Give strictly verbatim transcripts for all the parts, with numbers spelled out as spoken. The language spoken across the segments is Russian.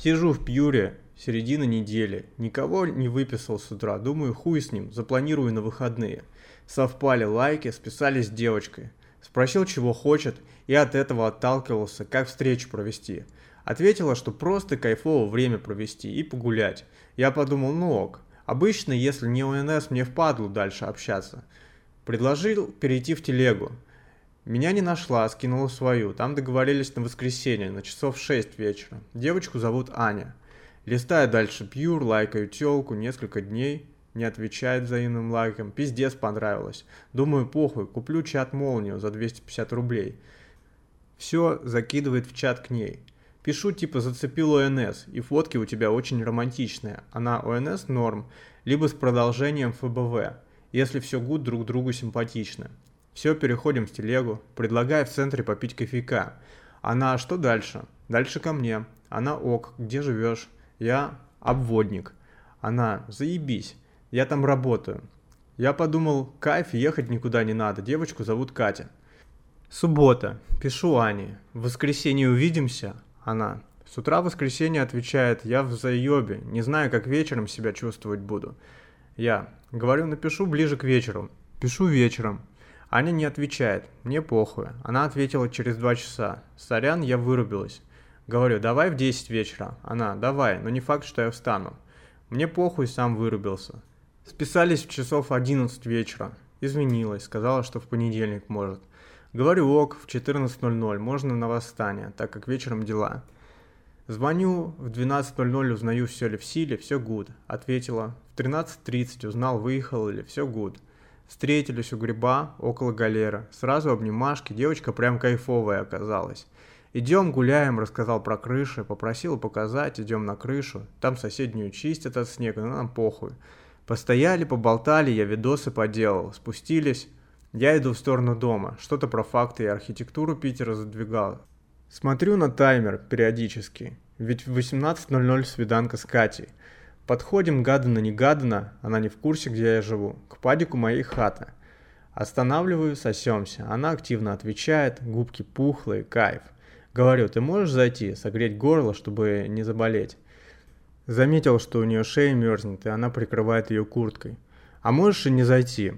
Сижу в Пьюре, середина недели. Никого не выписал с утра. Думаю, хуй с ним, запланирую на выходные. Совпали лайки, списались с девочкой. Спросил, чего хочет, и от этого отталкивался, как встречу провести. Ответила, что просто кайфово время провести и погулять. Я подумал, ну ок. Обычно, если не ОНС, мне впадлу дальше общаться. Предложил перейти в телегу. Меня не нашла, скинула свою. Там договорились на воскресенье, на часов шесть вечера. Девочку зовут Аня. Листаю дальше Пьюр, лайкаю тёлку, несколько дней. Не отвечает взаимным лайком. Пиздец понравилось. Думаю, похуй, куплю чат Молнию за двести пятьдесят рублей. Все закидывает в чат к ней. Пишу типа зацепил ОНС, и фотки у тебя очень романтичные. Она ОНС норм, либо с продолжением ФБВ, если все гуд, друг другу симпатичны. Все, переходим в телегу. Предлагаю в центре попить кофейка. Она, а что дальше? Дальше ко мне. Она, ок, где живешь? Я, обводник. Она, заебись, я там работаю. Я подумал, кайф, ехать никуда не надо, девочку зовут Катя. Суббота. Пишу Ане. В воскресенье увидимся? Она. С утра в воскресенье отвечает, я в заебе, не знаю, как вечером себя чувствовать буду. Я. Говорю, напишу ближе к вечеру. Пишу вечером. Аня не отвечает, мне похуй. Она ответила через два часа. Сорян, я вырубилась. Говорю, давай в десять вечера. Она, давай, но не факт, что я встану. Мне похуй, сам вырубился. Списались в часов одиннадцать вечера. Извинилась, сказала, что в понедельник может. Говорю, ок, в четырнадцать ноль ноль, можно на восстание, так как вечером дела. Звоню, в двенадцать ноль ноль узнаю, все ли в силе, все гуд. Ответила, в тринадцать тридцать узнал, выехал ли, все гуд. Встретились у гриба, около галеры. Сразу обнимашки, девочка прям кайфовая оказалась. Идем, гуляем, рассказал про крыши, попросила показать, идем на крышу. Там соседнюю чистят от снега, но нам похуй. Постояли, поболтали, я видосы поделал, спустились. Я иду в сторону дома, что-то про факты и архитектуру Питера задвигал. Смотрю на таймер периодически, ведь в восемнадцать ноль ноль свиданка с Катей. Подходим гадано-негаданно, она не в курсе, где я живу, к падику моей хаты. Останавливаю, сосемся, она активно отвечает, губки пухлые, кайф. Говорю, ты можешь зайти, согреть горло, чтобы не заболеть? Заметил, что у нее шея мерзнет, и она прикрывает ее курткой. А можешь и не зайти?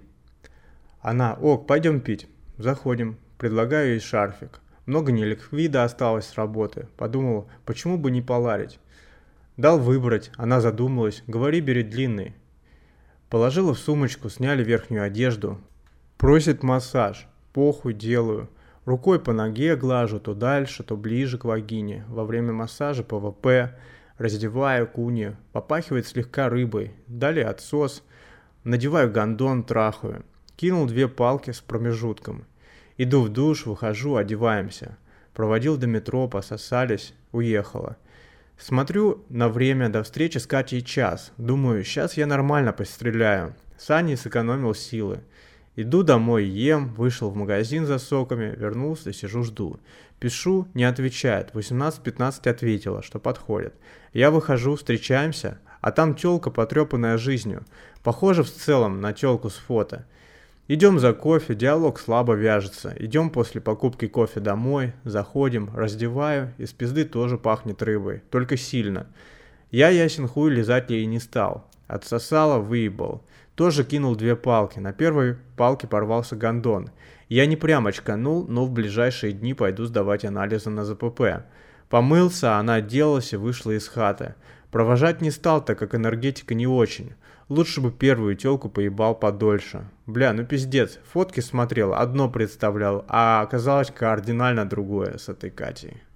Она, ок, пойдем пить. Заходим, предлагаю ей шарфик. Много неликвида осталось с работы. Подумал, почему бы не поларить? Дал выбрать, она задумалась, говори, бери длинный. Положила в сумочку, сняли верхнюю одежду. Просит массаж, похуй, делаю. Рукой по ноге глажу, то дальше, то ближе к вагине. Во время массажа ПВП, раздеваю куни, попахивает слегка рыбой. Далее отсос, надеваю гондон, трахаю. Кинул две палки с промежутком. Иду в душ, выхожу, одеваемся. Проводил до метро, пососались, уехала. Смотрю на время до встречи с Катей час. Думаю, сейчас я нормально постреляю. С Аней сэкономил силы. Иду домой, ем, вышел в магазин за соками, вернулся, сижу, жду. Пишу, не отвечает. восемнадцать пятнадцать ответила, что подходит. Я выхожу, встречаемся, а там тёлка, потрепанная жизнью. Похожа в целом на тёлку с фото. Идем за кофе, диалог слабо вяжется. Идем после покупки кофе домой, заходим, раздеваю, из пизды тоже пахнет рыбой, только сильно. Я ясен хуй лизать ей не стал. Отсосала, выебал. Тоже кинул две палки, на первой палке порвался гондон. Я не прямо очканул, но в ближайшие дни пойду сдавать анализы на ЗПП. Помылся, она отделалась и вышла из хаты. Провожать не стал, так как энергетика не очень. Лучше бы первую тёлку поебал подольше. Бля, ну пиздец, фотки смотрел, одно представлял, а оказалось кардинально другое с этой Катей.